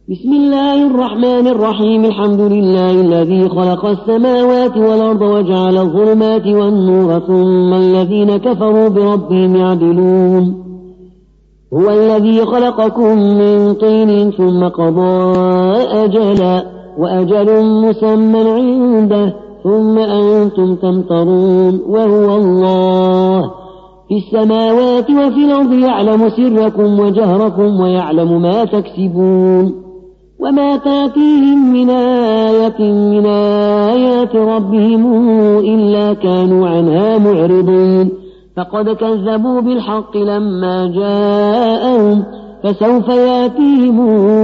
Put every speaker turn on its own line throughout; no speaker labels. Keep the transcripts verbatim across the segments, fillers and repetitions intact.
بسم الله الرحمن الرحيم. الحمد لله الذي خلق السماوات والأرض وجعل الظلمات والنور ثم الذين كفروا بربهم يعدلون. هو الذي خلقكم من طين ثم قضى أجلا وأجل مسمى عنده ثم أنتم تمترون. وهو الله في السماوات وفي الأرض يعلم سركم وجهركم ويعلم ما تكسبون. وما تأتيهم من آية من آيات ربهم إلا كانوا عنها معرضين. فقد كذبوا بالحق لما جاءهم فسوف يأتيهم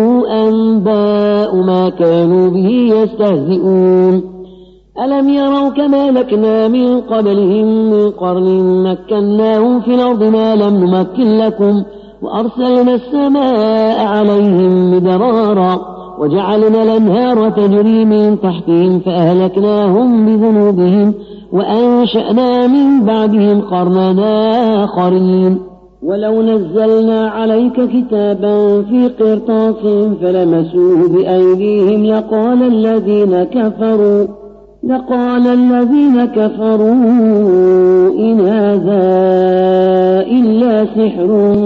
أنباء ما كانوا به يستهزئون. ألم يروا كما لكنا من قبلهم من قرن مكناهم في الأرض ما لم نمكن لكم وأرسلنا السماء عليهم مدرارا وجعلنا الأنهار تجري من تحتهم فأهلكناهم بذنوبهم وأنشأنا من بعدهم قرنا آخرين. ولو نزلنا عليك كتابا في قرطاس فلمسوه بأيديهم لقال الذين كفروا لقال الذين كفروا إن هذا إلا سحر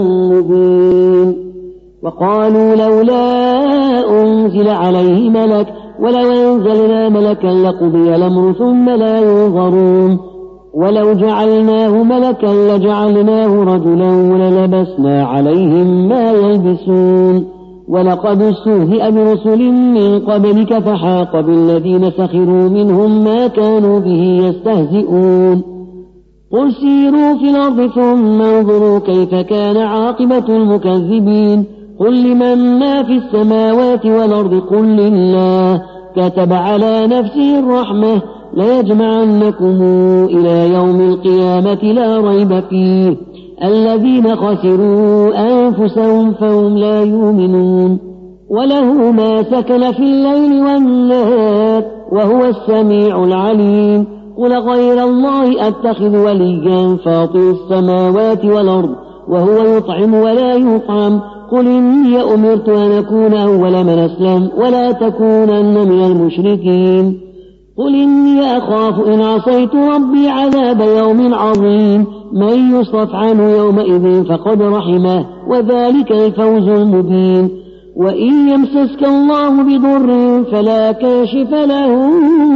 مبين. وقالوا لولا أنزل عليه ملك ولو أنزلنا ملكا لقضي الأمر ثم لا ينظرون. ولو جعلناه ملكا لجعلناه رجلا وللبسنا عليهم ما يلبسون. ولقد استهزئ برسل من قبلك فحاق بالذين سخروا منهم ما كانوا به يستهزئون. قل سيروا في الأرض ثم انظروا كيف كان عاقبة المكذبين. قل لمن ما في السماوات والأرض قل لله كتب على نفسه الرحمة ليجمعنكم إلى يوم القيامة لا ريب فيه الذين خسروا أنفسهم فهم لا يؤمنون. وله ما سكن في الليل والنهار وهو السميع العليم. قل غير الله أتخذ وليا فاطر السماوات والأرض وهو يطعم ولا يطعم. قل إني أمرت أن أكون أول من أسلم ولا تكونن من المشركين. قل إني أخاف إن عصيت ربي عذاب يوم عظيم. من يصرف عنه يومئذ فقد رحمه وذلك الفوز المبين. وإن يمسسك الله بضر فلا كاشف له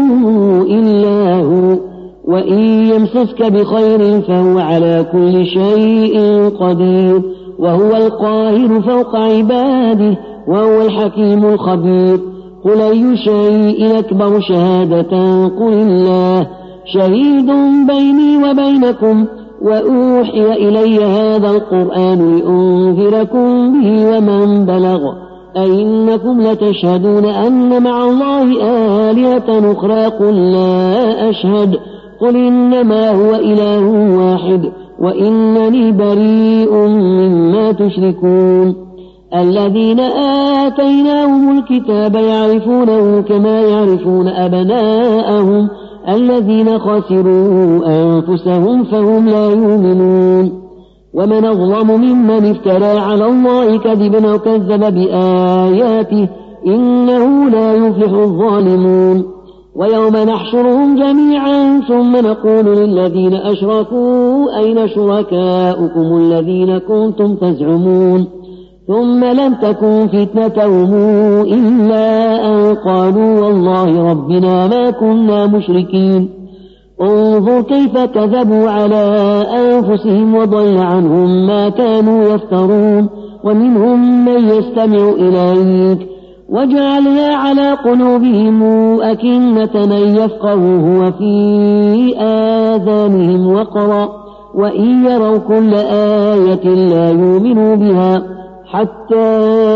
إلا هو وإن يمسسك بخير فهو على كل شيء قدير وهو القاهر فوق عباده وهو الحكيم الخبير. قل أي شيء أكبر شهادة قل الله شهيد بيني وبينكم وأوحي إلي هذا القرآن لأنذركم به ومن بلغ أئنكم لتشهدون أن مع الله آلهة أخرى قل لا أشهد قل إنما هو إله واحد وإنني بريء مما تشركون. الذين آتيناهم الكتاب يعرفونه كما يعرفون أبناءهم الذين خسروا أنفسهم فهم لا يؤمنون. ومن أظلم ممن افترى على الله كذبا وكذب بآياته إنه لا يفلح الظالمون. ويوم نحشرهم جميعا ثم نقول للذين أشركوا أين شركاؤكم الذين كنتم تزعمون ثم لم تكن فتنتهم إلا أن قالوا والله ربنا ما كنا مشركين. انظر كيف كذبوا على أنفسهم وضل عنهم ما كانوا يفترون. ومنهم من يستمع إليك وجعلنا على قلوبهم أكنة أن يفقهوه وفي آذانهم وقرا وإن يروا كل آية لا يؤمنوا بها حتى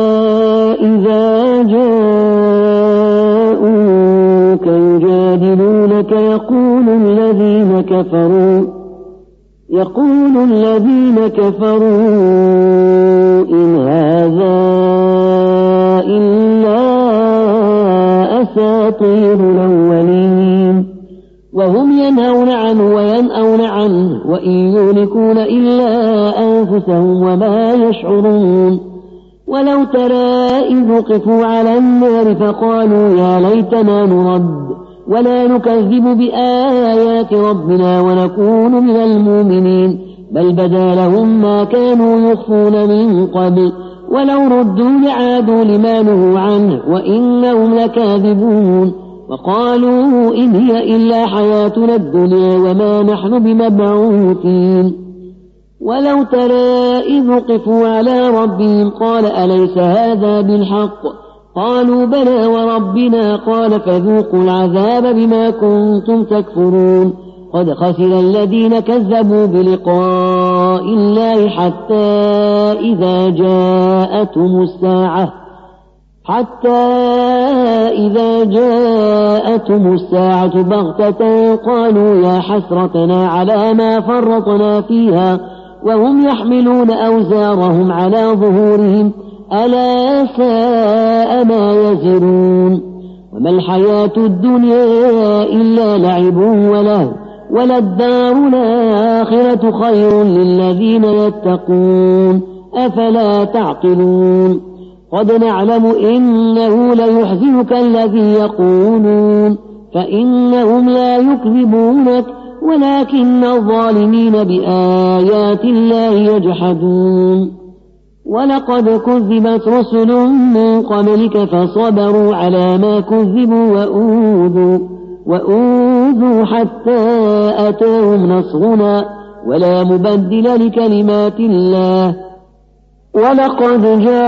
إذا جاءوك يجادلونك يقول الذين كفروا يقول الذين كفروا إن هذا إلا أساطير الأولين. وهم ينهون عنه وينأون عنه وإن يهلكون إلا أنفسهم وما يشعرون. ولو ترى إذ وقفوا على النار فقالوا يا ليتنا نرد ولا نكذب بآيات ربنا ونكون من المؤمنين بل بدا لهم ما كانوا يخفون من قبل ولو ردوا لعادوا لما نهوا عنه وإنهم لكاذبون وقالوا إن هي إلا حياتنا الدنيا وما نحن بمبعوثين ولو ترى إذ وقفوا على ربهم قال أليس هذا بالحق قالوا بلى وربنا قال فذوقوا العذاب بما كنتم تكفرون قد خسر الذين كذبوا بلقاء الله حتى إذا جاءتهم الساعة حتى إذا جاءتهم الساعة بغتة قالوا يا حسرتنا على ما فرطنا فيها وهم يحملون أوزارهم على ظهورهم ألا ساء ما يزرون وما الحياة الدنيا إلا لعب وله وللدار الآخرة خير للذين يتقون أفلا تعقلون قد نعلم إنه ليحزنك الذي يقولون فإنهم لا يكذبونك ولكن الظالمين بآيات الله يجحدون ولقد كذبت رسل من قبلك فصبروا على ما كذبوا وأوذوا وأوذوا حتى أتاهم نصرنا ولا مبدل لكلمات الله ولقد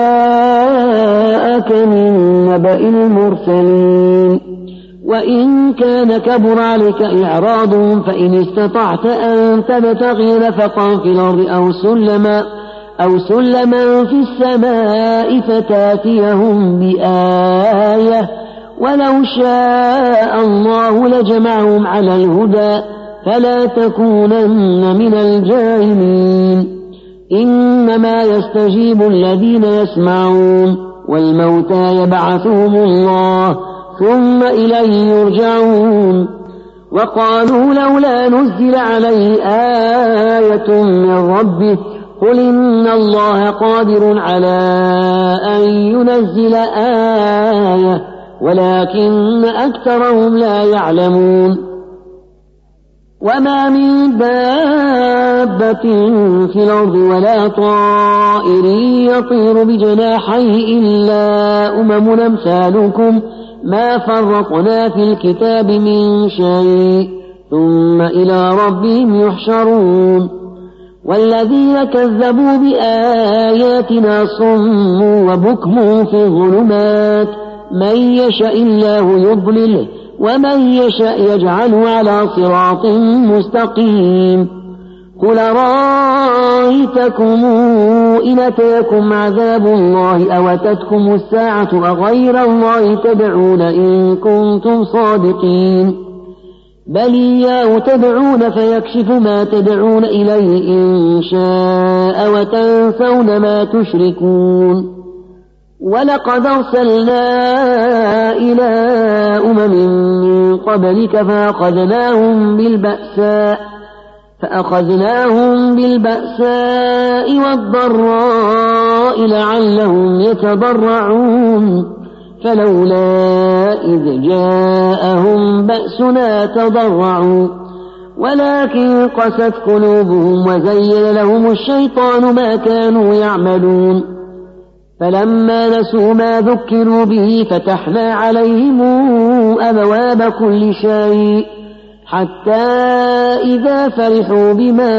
جاءك من نبأ المرسلين وإن كان كبر عليك إعراضهم فإن استطعت أن تبتغي نفقا في الأرض أو سلما أو سلما في السماء فتاتيهم بآية ولو شاء الله لجمعهم على الهدى فلا تكونن من الجاهلين إنما يستجيب الذين يسمعون والموتى يبعثهم الله ثم إليه يرجعون وقالوا لولا نزل عليه آية من ربه قل إن الله قادر على أن ينزل آية ولكن أكثرهم لا يعلمون وما من دابة في الأرض ولا طائر يطير بجناحيه إلا أمم أمثالكم ما فرطنا في الكتاب من شيء ثم إلى ربهم يحشرون والذين كذبوا بآياتنا صم وبكم في الظلمات من يشاء الله يضلله ومن يشاء يجعله على صراط مستقيم قل رأيتكم إن أتاكم عذاب الله أو أتتكم الساعة أغير الله تدعون إن كنتم صادقين بل إياه تدعون فيكشف ما تدعون إليه إن شاء وتنسون ما تشركون ولقد أرسلنا إلى أمم من قبلك فأخذناهم بالبأساء فأخذناهم بالبأساء والضراء لعلهم يتضرعون فلولا إذ جاءهم بأسنا تضرعوا ولكن قست قلوبهم وزين لهم الشيطان ما كانوا يعملون فلما نسوا ما ذكروا به فتحنا عليهم أبواب كل شيء حتى إذا فرحوا بما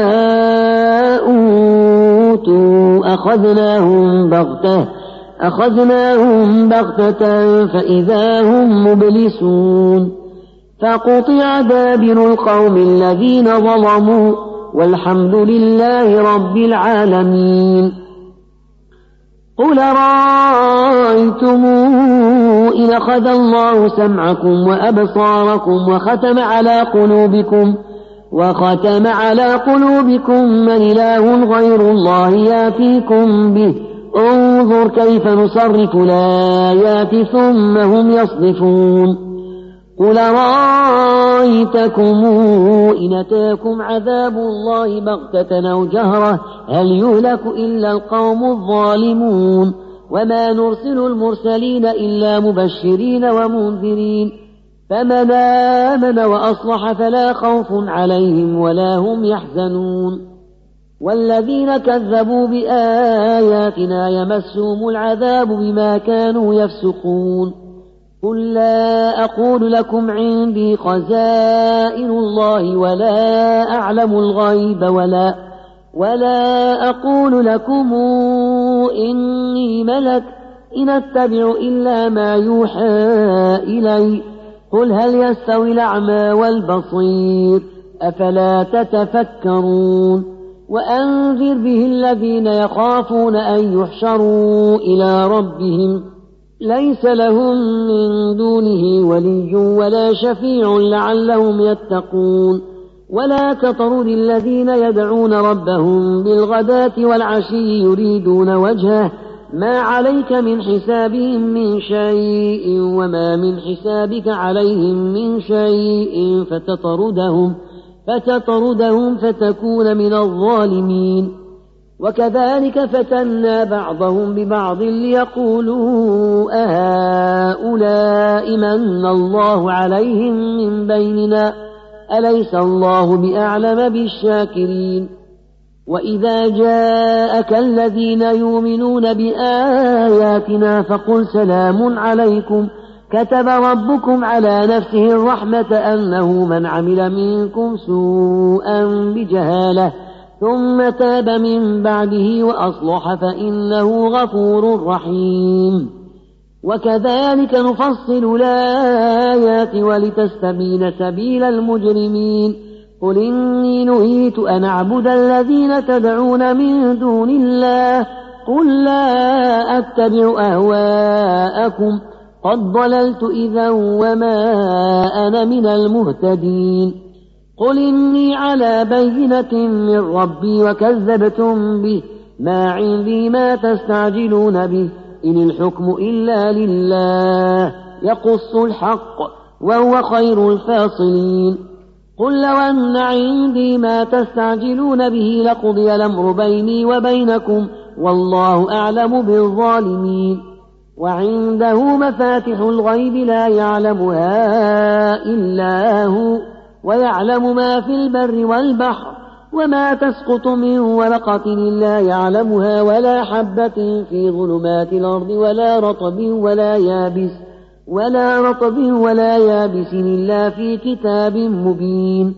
أوتوا أخذناهم بغتة أخذناهم بغتة فإذا هم مبلسون فقطع دابر القوم الذين ظلموا والحمد لله رب العالمين قل رأيتم إن أخذ الله سمعكم وأبصاركم وختم على قلوبكم وختم على قلوبكم من إله غير الله يأتيكم به انظر كيف نصرف الآيات ثم هم يصدفون قل رأيتكم إن أتاكم عذاب الله بغتة أو جهرة هل يهلك إلا القوم الظالمون وما نرسل المرسلين إلا مبشرين ومنذرين فمن آمن وأصلح فلا خوف عليهم ولا هم يحزنون والذين كذبوا بآياتنا يمسهم العذاب بما كانوا يفسقون قل لا أقول لكم عندي خزائن الله ولا أعلم الغيب ولا ولا أقول لكم إني ملك إن أتبع إلا ما يوحى إلي قل هل يستوي الأعمى والبصير أفلا تتفكرون وأنذر به الذين يخافون أن يحشروا إلى ربهم ليس لهم من دونه ولي ولا شفيع لعلهم يتقون ولا تطرد الذين يدعون ربهم بالغداة والعشي يريدون وجهه ما عليك من حسابهم من شيء وما من حسابك عليهم من شيء فتطردهم فتطردهم فتكون من الظالمين وكذلك فتنا بعضهم ببعض ليقولوا أهؤلاء من الله عليهم من بيننا أليس الله بأعلم بالشاكرين وإذا جاءك الذين يؤمنون بآياتنا فقل سلام عليكم كتب ربكم على نفسه الرحمة أنه من عمل منكم سوءا بجهالة ثم تاب من بعده وأصلح فإنه غفور رحيم وكذلك نفصل الآيات ولتستبين سبيل المجرمين قل إني نهيت أن أعبد الذين تدعون من دون الله قل لا أتبع أهواءكم قد ضللت إذا وما أنا من المهتدين قل إني على بينة من ربي وكذبتم به ما عندي ما تستعجلون به إن الحكم إلا لله يقص الحق وهو خير الفاصلين قل لو أن عندي ما تستعجلون به لقضي الأمر بيني وبينكم والله أعلم بالظالمين وعنده مفاتح الغيب لا يعلمها إلا هو ويعلم ما في البر والبحر وما تسقط من ورقة إلا يعلمها ولا حبة في ظلمات الأرض ولا رطب ولا يابس ولا رطب ولا يابس إلا في كتاب مبين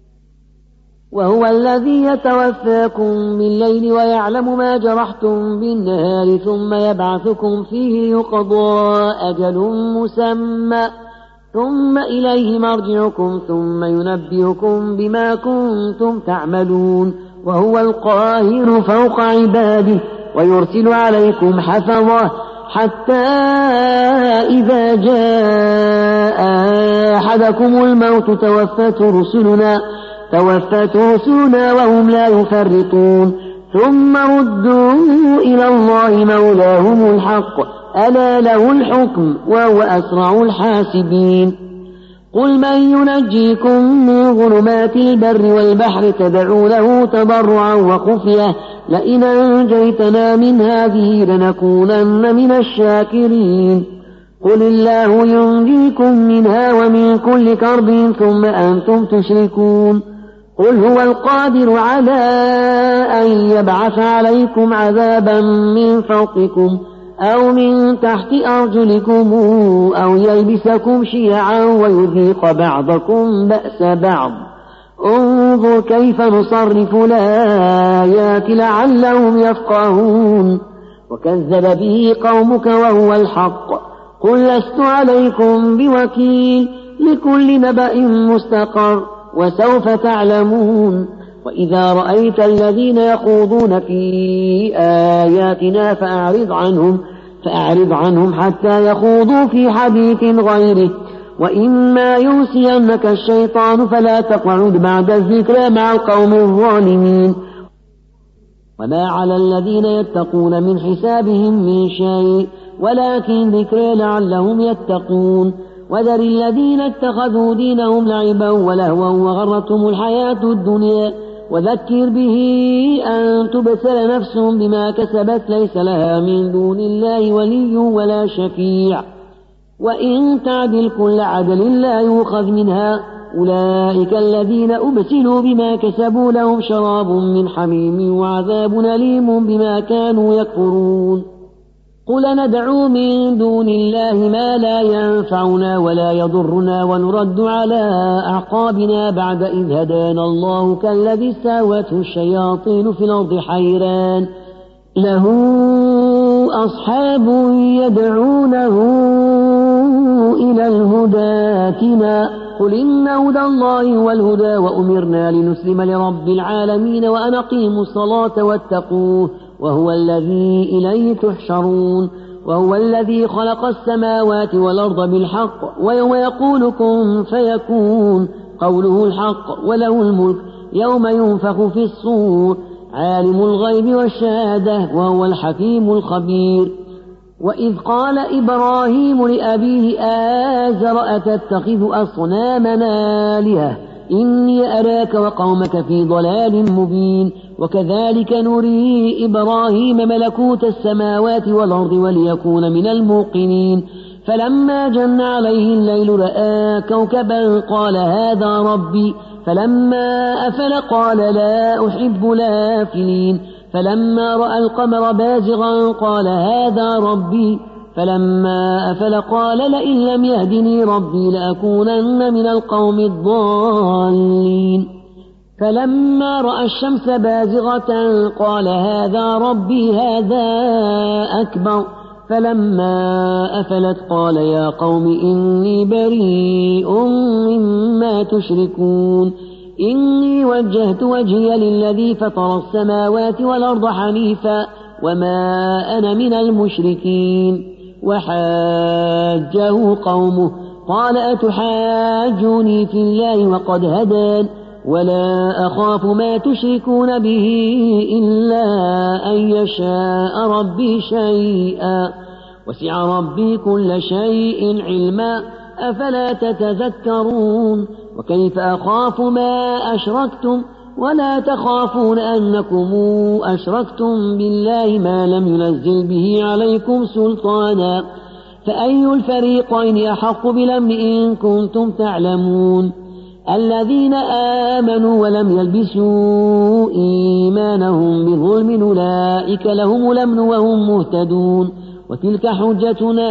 وهو الذي يتوفاكم بالليل ويعلم ما جرحتم بالنهار ثم يبعثكم فيه ليقضى أجل مسمى ثم إليه مرجعكم ثم ينبئكم بما كنتم تعملون وهو القاهر فوق عباده ويرسل عليكم حفظه حتى إذا جاء أحدكم الموت توفته رسلنا توفته رسلنا وهم لا يفرطون ثم ردوا إلى الله مولاهم الحق ألا له الحكم وهو أسرع الحاسبين قل من ينجيكم من ظلمات البر والبحر تدعونه تضرعا وخفية لئن أنجيتنا من هذه لنكونن من الشاكرين قل الله ينجيكم منها ومن كل كرب ثم أنتم تشركون قل هو القادر على أن يبعث عليكم عذابا من فوقكم أو من تحت أرجلكم أو يلبسكم شيعا ويذيق بعضكم بأس بعض انظر كيف نصرف الآيات لعلهم يفقهون وكذب به قومك وهو الحق قل لست عليكم بوكيل لكل نبأ مستقر وسوف تعلمون وإذا رأيت الذين يخوضون في آياتنا فأعرض عنهم فأعرض عنهم حتى يخوضوا في حديث غيره وإما ينسينك الشيطان فلا تقعد بعد الذكرى مع القوم الظالمين وما على الذين يتقون من حسابهم من شيء ولكن ذكرى لعلهم يتقون وذر الذين اتخذوا دينهم لعبا ولهوا وغرتهم الحياة الدنيا وذكر به أن تبتل نفس بما كسبت ليس لها من دون الله ولي ولا شفيع، وإن تعدل كل عدل لا يؤخذ منها. أولئك الذين أبسلوا بما كسبوا لهم شراب من حميم وعذاب أليم بما كانوا يكفرون. قل ندعو من دون الله ما لا ينفعنا ولا يضرنا ونرد على أعقابنا بعد إذ هدانا الله كالذي استهوته الشياطين في الأرض حيران له أصحاب يدعونه إلى الهدى ائتنا. قل إن هدى الله والهدى وأمرنا لنسلم لرب العالمين وأن أقيموا الصلاة واتقوه وهو الذي إليه تحشرون. وهو الذي خلق السماوات والأرض بالحق ويوم يقول كن فيكون قوله الحق وله الملك يوم ينفخ في الصور عالم الغيب والشهادة وهو الحكيم الخبير. وإذ قال إبراهيم لأبيه آزر أتتخذ أصنامنا آلهة إني أراك وقومك في ضلال مبين. وكذلك نري إبراهيم ملكوت السماوات والأرض وليكون من الموقنين. فلما جن عليه الليل رأى كوكبا قال هذا ربي فلما أفل قال لا أحب الآفلين. فلما رأى القمر بازغا قال هذا ربي فلما أفل قال لئن لم يهدني ربي لأكونن من القوم الضالين. فلما رأى الشمس بازغة قال هذا ربي هذا أكبر. فلما أفلت قال يا قوم إني بريء مما تشركون إني وجهت وجهي للذي فطر السماوات والأرض حنيفا وما أنا من المشركين. وحاجه قومه قال أتحاجوني في الله وقد هدان ولا أخاف ما تشركون به إلا أن يشاء ربي شيئا وسع ربي كل شيء علما أفلا تتذكرون. وكيف أخاف ما أشركتم ولا تخافون أنكم أشركتم بالله ما لم ينزل به عليكم سلطانا فأي الفريقين أحق بالأمن إن كنتم تعلمون. الذين آمنوا ولم يلبسوا إيمانهم بظلم أولئك لهم الأمن وهم مهتدون. وتلك حجتنا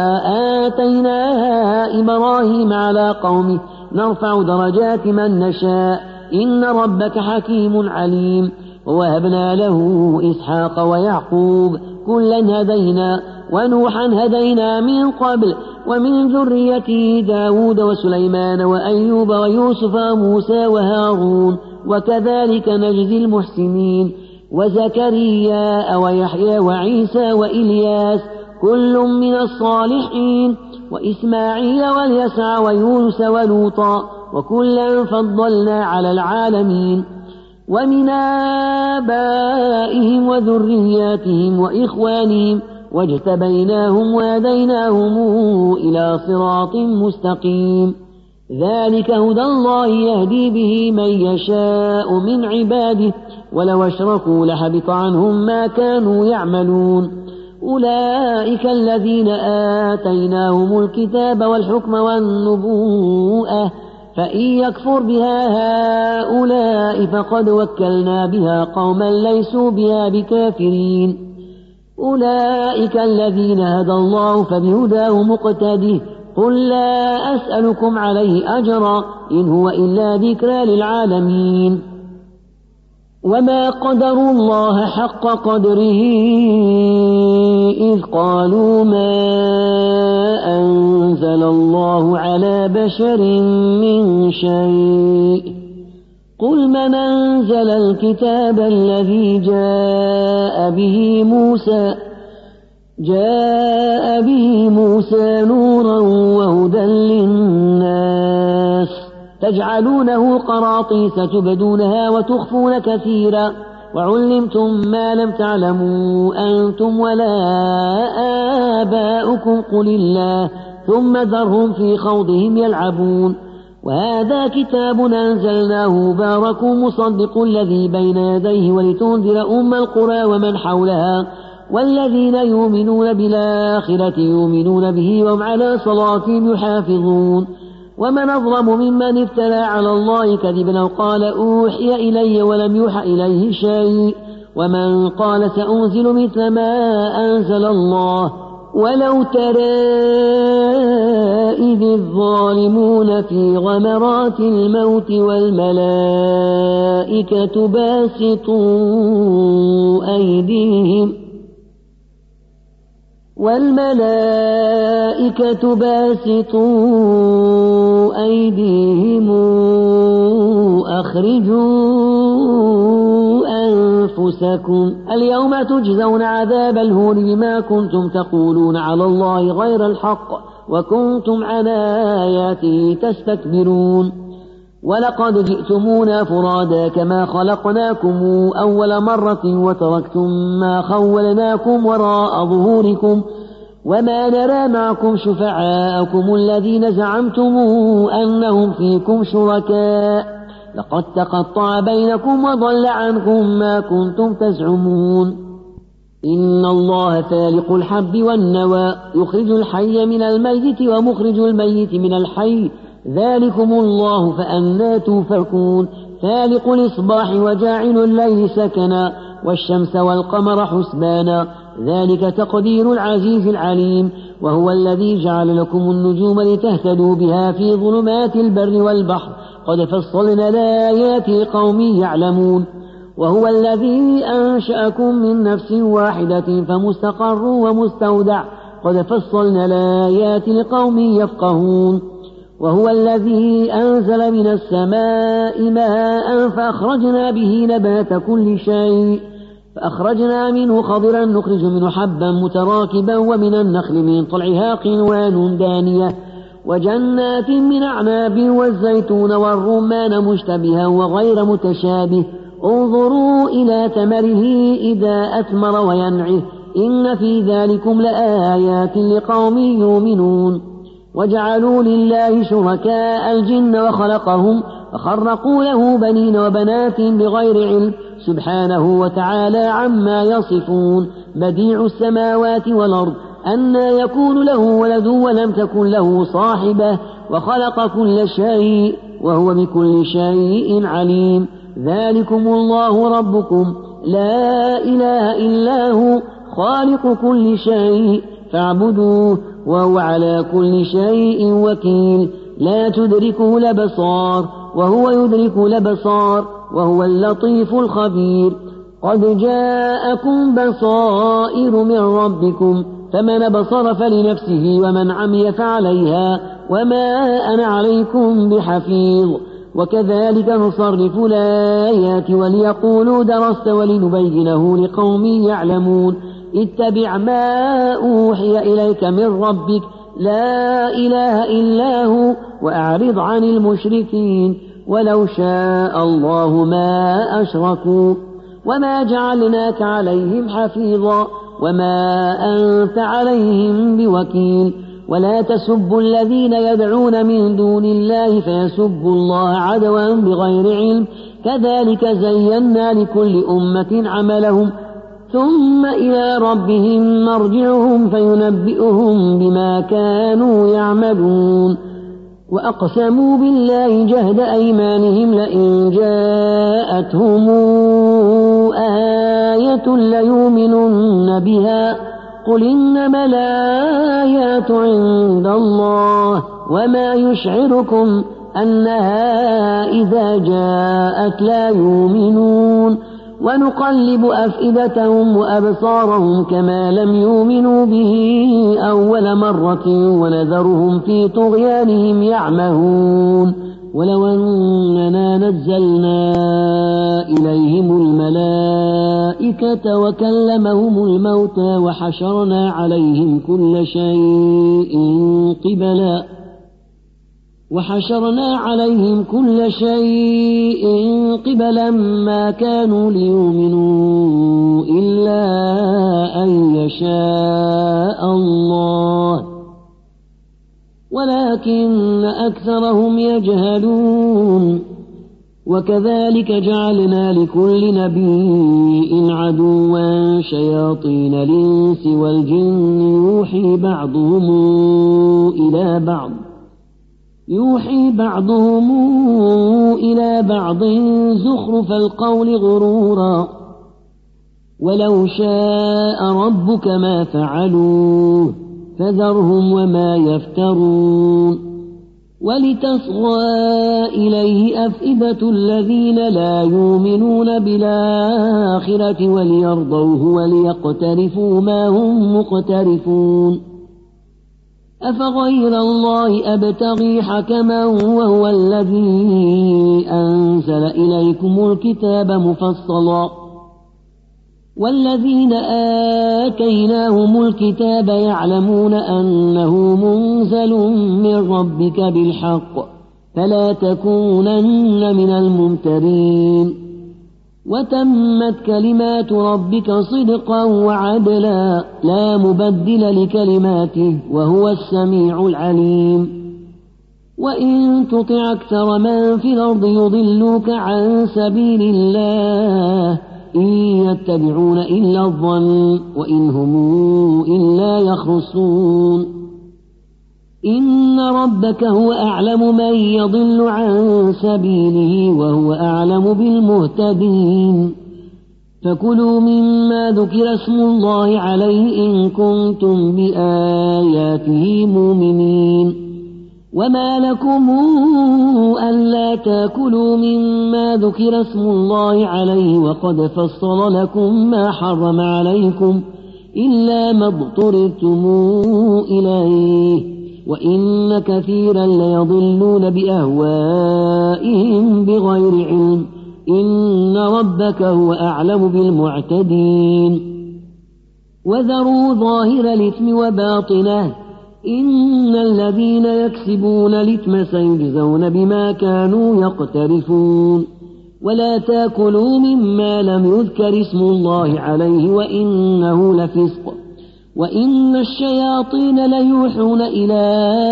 آتيناها إبراهيم على قومه نرفع درجات من نشاء إن ربك حكيم عليم. ووهبنا له إسحاق ويعقوب كلا هدينا ونوحا هدينا من قبل ومن ذريته داود وسليمان وأيوب ويوسف وموسى وهارون وكذلك نجزي المحسنين. وزكريا ويحيى وعيسى وإلياس كل من الصالحين وإسماعيل واليسع ويونس ولوطا وكلا فضلنا على العالمين. ومن آبائهم وذرياتهم وإخوانهم واجتبيناهم وهديناهم إلى صراط مستقيم. ذلك هدى الله يهدي به من يشاء من عباده ولو أشركوا لحبط عنهم ما كانوا يعملون. أولئك الذين آتيناهم الكتاب والحكم والنبوءة فإن يكفر بها هؤلاء فقد وكلنا بها قوما ليسوا بها بكافرين. أولئك الذين هدى الله فبهداه مقتده قل لا أسألكم عليه أجرا إن هو إلا ذكرى للعالمين. وما قدروا الله حق قدره إذ قالوا ما أنزل الله على بشر من شيء قل من أنزل الكتاب الذي جاء به موسى جاء به موسى نورا وهدى للناس تجعلونه قراطيس تبدونها وتخفون كثيرا وعلمتم ما لم تعلموا أنتم ولا آباؤكم قل الله ثم ذرهم في خوضهم يلعبون. وهذا كتاب أنزلناه مبارك مصدق الذي بين يديه ولتنذر أم القرى ومن حولها والذين يؤمنون بالآخرة يؤمنون به وهم على صلاتهم يحافظون ومن أظلم ممن افترى على الله كذبا أو قال أوحي إلي ولم يوحى إليه شيء ومن قال سأنزل مثل ما أنزل الله ولو ترى إذ الظالمون في غمرات الموت والملائكة باسطوا أيديهم والملائكة باسطوا أيديهم أخرجوا أنفسكم اليوم تجزون عذاب الهون بما كنتم تقولون على الله غير الحق وكنتم عن آياته تستكبرون ولقد جئتمونا فرادا كما خلقناكم أول مرة وتركتم ما خولناكم وراء ظهوركم وما نرى معكم شفعاءكم الذين زعمتم أنهم فيكم شركاء لقد تقطع بينكم وضل عنكم ما كنتم تزعمون إن الله فالق الحب والنوى يخرج الحي من الميت ومخرج الميت من الحي ذلكم الله فأنى توفكون فالق الإصباح وجاعل الليل سكنا والشمس والقمر حسبانا ذلك تقدير العزيز العليم وهو الذي جعل لكم النجوم لتهتدوا بها في ظلمات البر والبحر قد فصلنا الآيات لقوم يعلمون وهو الذي أنشأكم من نفس واحدة فمستقر ومستودع قد فصلنا الآيات لقوم يفقهون وهو الذي أنزل من السماء ماء فأخرجنا به نبات كل شيء فأخرجنا منه خضرا نخرج منه حبا متراكبا ومن النخل من طلعها قنوان دانية وجنات من أعناب والزيتون والرمان مشتبها وغير متشابه انظروا إلى ثمره إذا أثمر وينعه إن في ذلكم لآيات لقوم يؤمنون وجعلوا لله شركاء الجن وخلقهم فخرقوا له بنين وبنات بغير علم سبحانه وتعالى عما يصفون بديع السماوات والأرض أنى يكون له ولد ولم تكن له صاحبة وخلق كل شيء وهو بكل شيء عليم ذلكم الله ربكم لا إله إلا هو خالق كل شيء فاعبدوه وهو على كل شيء وكيل لا تدركه الأبصار وهو يدرك الأبصار وهو اللطيف الخبير قد جاءكم بصائر من ربكم فمن بصر فلنفسه ومن عمي فعليها وما أنا عليكم بحفيظ وكذلك نصرف الآيات وليقولوا درست ولنبينه لقوم يعلمون اتبع ما أوحي إليك من ربك لا إله إلا هو وأعرض عن المشركين ولو شاء الله ما أشركوا وما جعلناك عليهم حفيظا وما أنت عليهم بوكيل ولا تسبوا الذين يدعون من دون الله فيسبوا الله عدوا بغير علم كذلك زينا لكل أمة عملهم ثم إلى ربهم مرجعهم فينبئهم بما كانوا يعملون وأقسموا بالله جهد أيمانهم لئن جاءتهم آية ليؤمنن بها قل إنما الآيات عند الله وما يشعركم أنها إذا جاءت لا يؤمنون ونقلب أفئدتهم وأبصارهم كما لم يؤمنوا به أول مرة ونذرهم في طغيانهم يعمهون ولو أننا نزلنا إليهم الملائكة وكلمهم الموتى وحشرنا عليهم كل شيء قبلا وحشرنا عليهم كل شيء قبلا ما كانوا ليؤمنوا إلا أن يشاء الله ولكن أكثرهم يجهلون وكذلك جعلنا لكل نبي عدوا شياطين الإنس والجن يوحي بعضهم إلى بعض يوحي بعضهم إلى بعض زخرف القول غرورا ولو شاء ربك ما فعلوه فذرهم وما يفترون ولتصغى إليه أفئدة الذين لا يؤمنون بالآخرة وليرضوه وليقترفوا ما هم مقترفون أفغير الله أبتغي حكما وهو الذي أنزل إليكم الكتاب مفصلا والذين آتيناهم الكتاب يعلمون أنه منزل من ربك بالحق فلا تكونن من الممترين وتمت كلمات ربك صدقا وعدلا لا مبدل لكلماته وهو السميع العليم وإن تطع أكثر من في الأرض يضلوك عن سبيل الله إن يتبعون إلا الظن وإن هم إلا يخرصون إن ربك هو أعلم من يضل عن سبيله وهو أعلم بالمهتدين فكلوا مما ذكر اسم الله عليه إن كنتم بآياته مؤمنين وما لكم ألا تأكلوا مما ذكر اسم الله عليه وقد فصل لكم ما حرم عليكم إلا ما اضطررتم إليه وإن كثيرا ليضلون بأهوائهم بغير علم إن ربك هو أعلم بالمعتدين وذروا ظاهر الإثم وباطنه إن الذين يكسبون الإثم سيجزون بما كانوا يقترفون ولا تأكلوا مما لم يذكر اسم الله عليه وإنه لفسق وإن الشياطين ليوحون إلى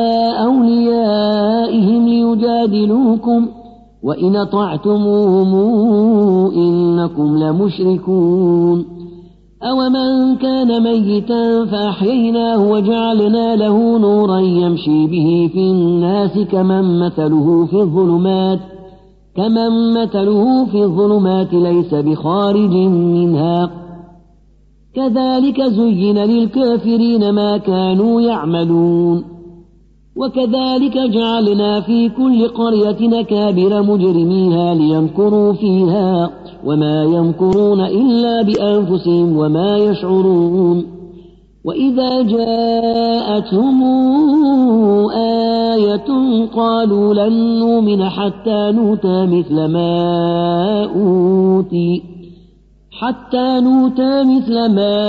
أوليائهم ليجادلوكم وإن أطعتموهم إنكم لمشركون أومن كان ميتا فأحييناه وجعلنا له نورا يمشي به في الناس كمن مثله في الظلمات كمن مثله في الظلمات ليس بخارج منها كذلك زين للكافرين ما كانوا يعملون وكذلك جعلنا في كل قرية نكابر مجرميها ليمكروا فيها وما يمكرون إلا بأنفسهم وما يشعرون وإذا جاءتهم آية قالوا لن نؤمن حتى نؤتى مثل ما أوتي حتى نؤتى مثل ما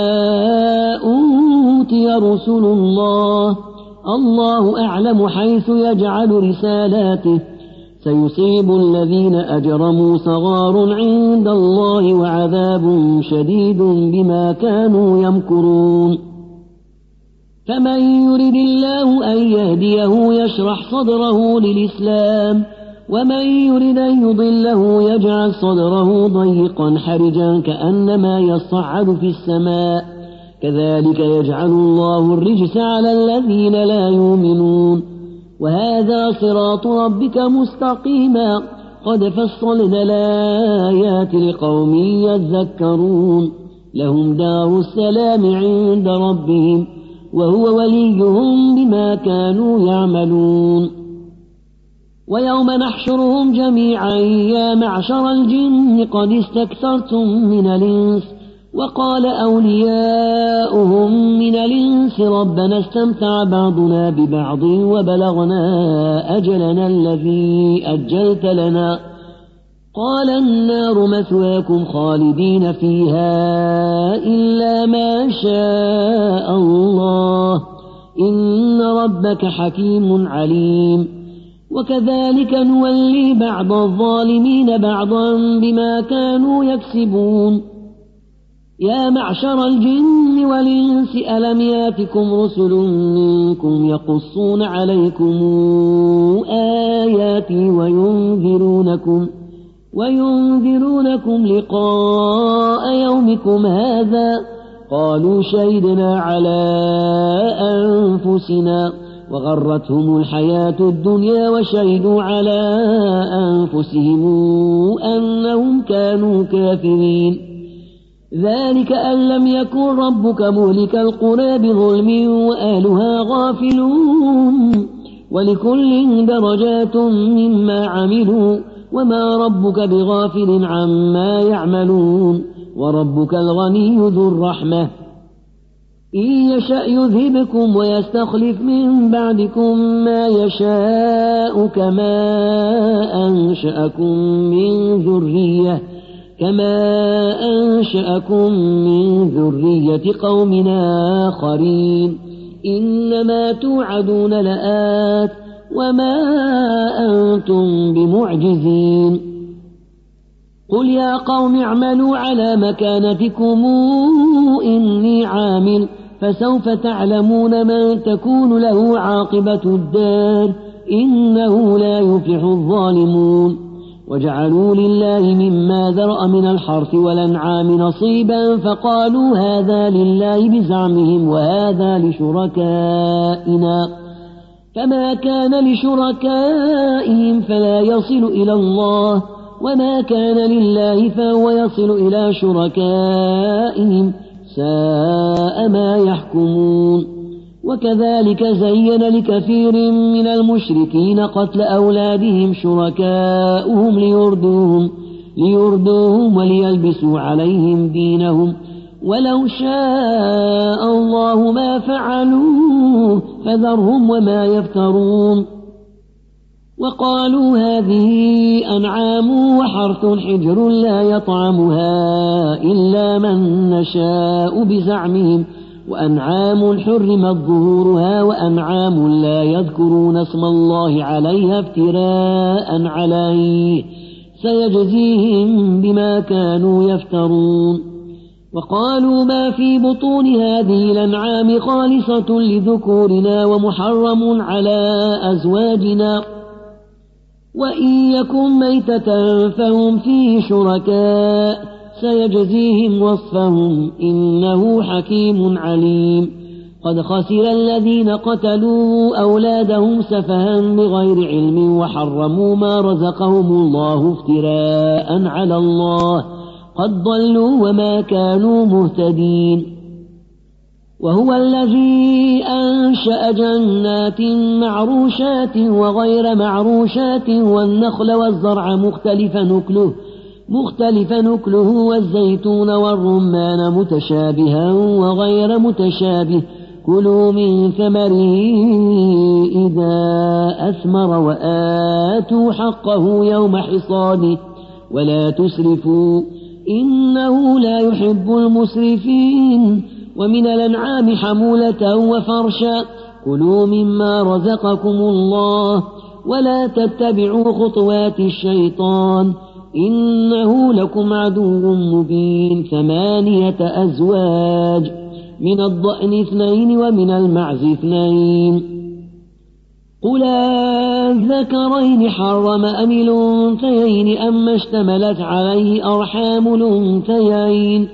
أوتي رسل الله الله أعلم حيث يجعل رسالاته سيصيب الذين أجرموا صغار عند الله وعذاب شديد بما كانوا يمكرون فمن يرد الله أن يهديه يشرح صدره للإسلام ومن يرد أن يضله يجعل صدره ضيقا حرجا كأنما يصعد في السماء كذلك يجعل الله الرجس على الذين لا يؤمنون وهذا صراط ربك مستقيما قد فصلنا الآيات لقوم يذكرون لهم دار السلام عند ربهم وهو وليهم بما كانوا يعملون ويوم نحشرهم جميعا يا معشر الجن قد استكثرتم من الإنس وقال أولياؤهم من الإنس ربنا استمتع بعضنا ببعض وبلغنا أجلنا الذي أجلت لنا قال النار مثواكم خالدين فيها إلا ما شاء الله إن ربك حكيم عليم وكذلك نولي بعض الظالمين بعضا بما كانوا يكسبون يا معشر الجن والإنس ألم ياتكم رسل منكم يقصون عليكم آياتي وينذرونكم وينذرونكم لقاء يومكم هذا؟ قالوا شهدنا على أنفسنا وغرتهم الحياة الدنيا وشهدوا على أنفسهم أنهم كانوا كافرين. ذلك أن لم يكن ربك مهلك القرى بظلم وأهلها غافلون ولكل درجات مما عملوا وما ربك بغافل عما يعملون وربك الغني ذو الرحمة إن يشأ يذهبكم ويستخلف من بعدكم ما يشاء كما أنشأكم من ذرية كما أنشأكم من ذرية قوم آخرين إنما توعدون لآت وما أنتم بمعجزين. قل يا قوم اعملوا على مكانتكم إني عامل فسوف تعلمون من تكون له عاقبة الدار إنه لا يفلح الظالمون. وجعلوا لله مما ذرأ من الحرث والأنعام نصيبا فقالوا هذا لله بزعمهم وهذا لشركائنا فما كان لشركائهم فلا يصل إلى الله وما كان لله فهو يصل إلى شركائهم ساء ما يحكمون. وكذلك زين لكثير من المشركين قتل أولادهم شركاؤهم ليردوهم, ليردوهم وليلبسوا عليهم دينهم ولو شاء الله ما فعلوه فذرهم وما يفترون. وقالوا هذه أنعام وحرث حجر لا يطعمها إلا من نشاء بزعمهم وأنعام حرمت ظهورها وأنعام لا يذكرون اسم الله عليها افتراء عليه سيجزيهم بما كانوا يفترون. وقالوا ما في بطون هذه الأنعام خالصة لذكورنا ومحرم على أزواجنا وإن يكن ميتة فهم فيه شركاء سيجزيهم وصفهم إنه حكيم عليم. قد خسر الذين قتلوا أولادهم سفها بغير علم وحرموا ما رزقهم الله افتراء على الله قد ضلوا وما كانوا مهتدين. وهو الذي أنشأ جنات معروشات وغير معروشات والنخل والزرع مختلف نكله مختلف نكله والزيتون والرمان متشابها وغير متشابه كلوا من ثمره إذا أثمر وآتوا حقه يوم حصاده ولا تسرفوا إنه لا يحب المسرفين. ومن الأنعام حمولة وفرشا كلوا مما رزقكم الله ولا تتبعوا خطوات الشيطان إنه لكم عدو مبين. ثمانية أزواج من الضأن اثنين ومن المعز اثنين قل الذكرين حرم أم الأنثيين أما اشتملت عليه أرحام الأنثيين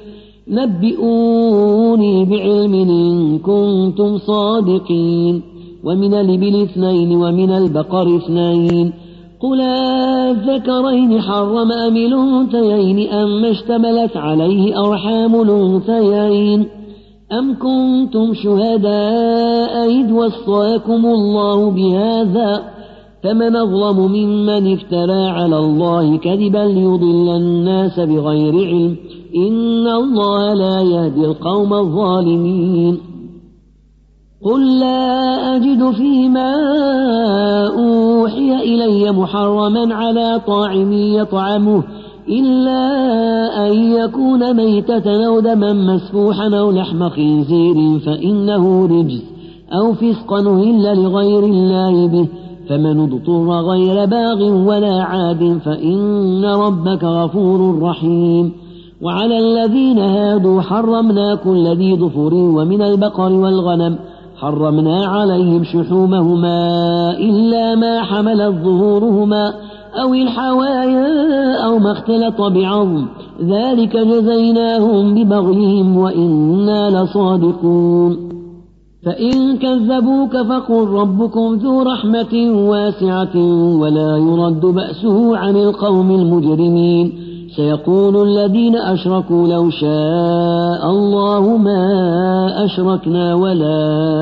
نبئوني بعلم إن كنتم صادقين. ومن الإبل اثنين ومن البقر اثنين قل الذكرين حرم أم الأنثيين أما اشتملت عليه أرحام الأنثيين أم كنتم شهداء إذ وصاكم الله بهذا فمن أظلم ممن افترى على الله كذبا ليضل الناس بغير علم إن الله لا يهدي القوم الظالمين. قل لا أجد فيما أوحي إلي محرما على طاعم يطعمه إلا أن يكون ميتة أو دما مسفوحا أو لحم خنزير فإنه رجس أو فسقا إلا لغير الله به فمن اضطر غير باغ ولا عاد فإن ربك غفور رحيم. وعلى الذين هادوا حرمنا كل ذي ظفر ومن البقر والغنم حرمنا عليهم شحومهما إلا ما حملت ظهورهما أو الحوايا أو ما اختلط بعظم ذلك جزيناهم ببغيهم وإنا لصادقون فإن كذبوك فقل ربكم ذو رحمة واسعة ولا يرد بأسه عن القوم المجرمين سيقول الذين أشركوا لو شاء الله ما أشركنا ولا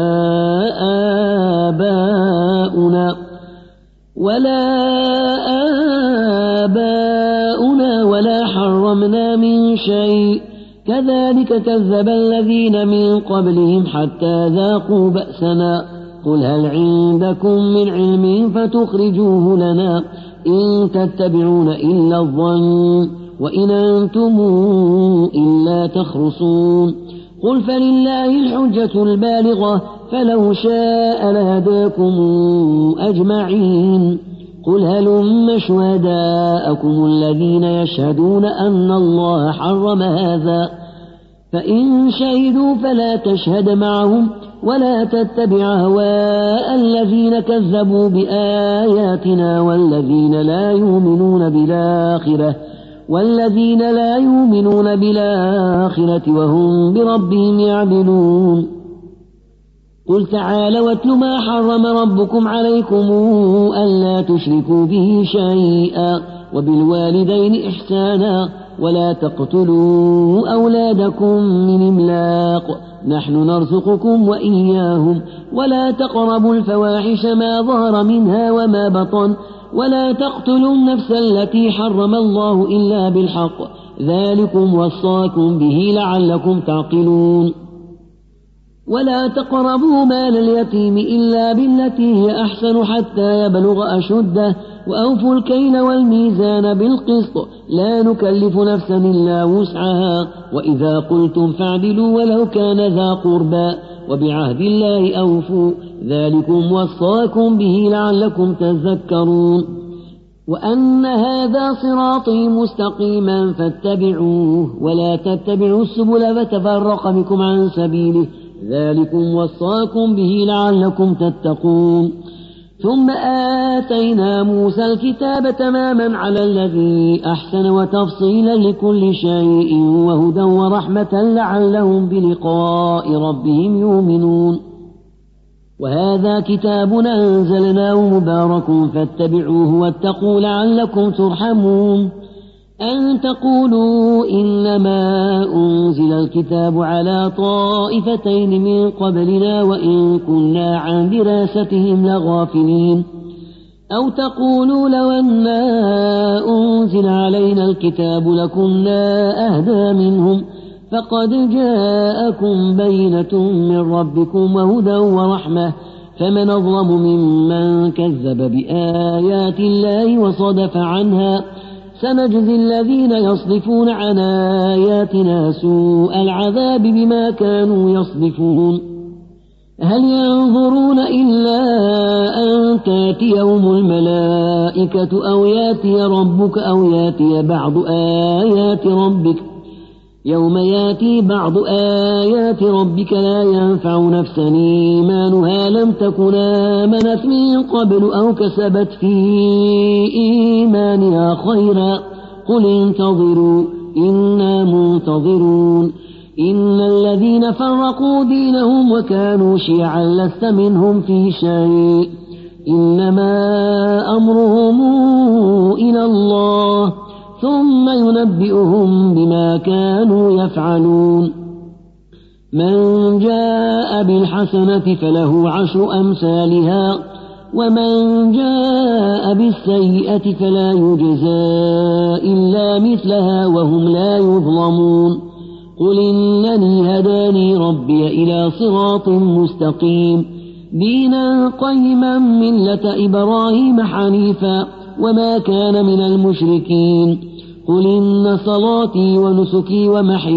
آباؤنا ولا آباؤنا ولا حرمنا من شيء كذلك كذب الذين من قبلهم حتى ذاقوا بأسنا قل هل عندكم من علم فتخرجوه لنا إن تتبعون إلا الظن وإن أنتم إلا تخرصون قل فلله الحجة البالغة فلو شاء لهداكم أجمعين قل هلم شهداءكم الذين يشهدون أن الله حرم هذا فإن شهدوا فلا تشهد معهم ولا تتبع هواء الذين كذبوا بآياتنا والذين لا يؤمنون بالآخرة والذين لا يؤمنون بالآخرة وهم بربهم يعدلون قل تعالوا واتل ما حرم ربكم عليكم ألا تشركوا به شيئا وبالوالدين إحسانا ولا تقتلوا أولادكم من إملاق نحن نرزقكم وإياهم ولا تقربوا الفواحش ما ظهر منها وما بطن ولا تقتلوا النفس التي حرم الله إلا بالحق ذلكم وصاكم به لعلكم تعقلون ولا تقربوا مال اليتيم إلا بالتي هي أحسن حتى يبلغ أشده وأوفوا الكيل والميزان بالقسط لا نكلف نفسا إلا وسعها وإذا قلتم فاعدلوا ولو كان ذا قربى وبعهد الله أوفوا ذلكم وصاكم به لعلكم تذكرون وأن هذا صراطي مستقيما فاتبعوه ولا تتبعوا السبل فتفرق بكم عن سبيله ذلكم وصاكم به لعلكم تتقون ثم آتينا موسى الكتاب تماما على الذي أحسن وتفصيلا لكل شيء وهدى ورحمة لعلهم بلقاء ربهم يؤمنون وهذا كتاب أنزلناه مبارك فاتبعوه واتقوا لعلكم ترحمون أن تقولوا إنما أنزل الكتاب على طائفتين من قبلنا وإن كنا عن دراستهم لغافلين أو تقولوا لو أنا أنزل علينا الكتاب لكنا أهدى منهم فقد جاءكم بينة من ربكم وهدى ورحمة فمن أظلم ممن كذب بآيات الله وصدف عنها سنجزي الذين يصدفون عن آياتنا سوء العذاب بما كانوا يصدفون هل ينظرون إلا أن تأتيهم الملائكة أو يأتي ربك أو يأتي بعض آيات ربك يوم يأتي بعض آيات ربك لا ينفع نفسا إيمانها لم تكن آمنت من قبل أو كسبت في إيمانها خيرا قل انتظروا إنا منتظرون إن الذين فرقوا دينهم وكانوا شيعا لست منهم في شيء إنما أمرهم إلى الله ثم ينبئهم بما كانوا يفعلون من جاء بالحسنة فله عشر أمثالها ومن جاء بالسيئة فلا يجزى إلا مثلها وهم لا يظلمون قل إنني هداني ربي إلى صراط مستقيم دينا قيما ملة إبراهيم حنيفا وما كان من المشركين قل إن صلاتي ونسكي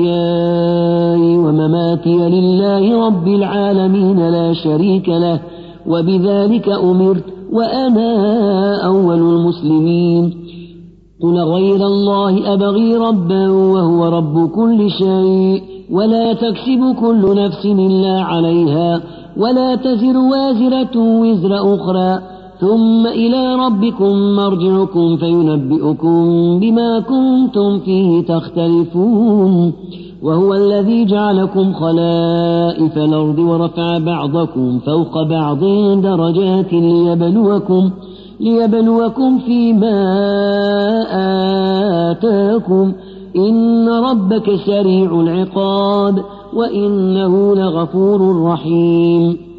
ومحياي ومماتي لله رب العالمين لا شريك له وبذلك أمرت وأنا أول المسلمين قل غير الله أبغي ربا وهو رب كل شيء ولا تكسب كل نفس إلا عليها ولا تزر وازرة وزر أخرى ثم إلى ربكم مرجعكم فينبئكم بما كنتم فيه تختلفون وهو الذي جعلكم خلائف الأرض ورفع بعضكم فوق بعض درجات ليبلوكم ليبلوكم فيما آتاكم إن ربك سريع العقاب وإنه لغفور رحيم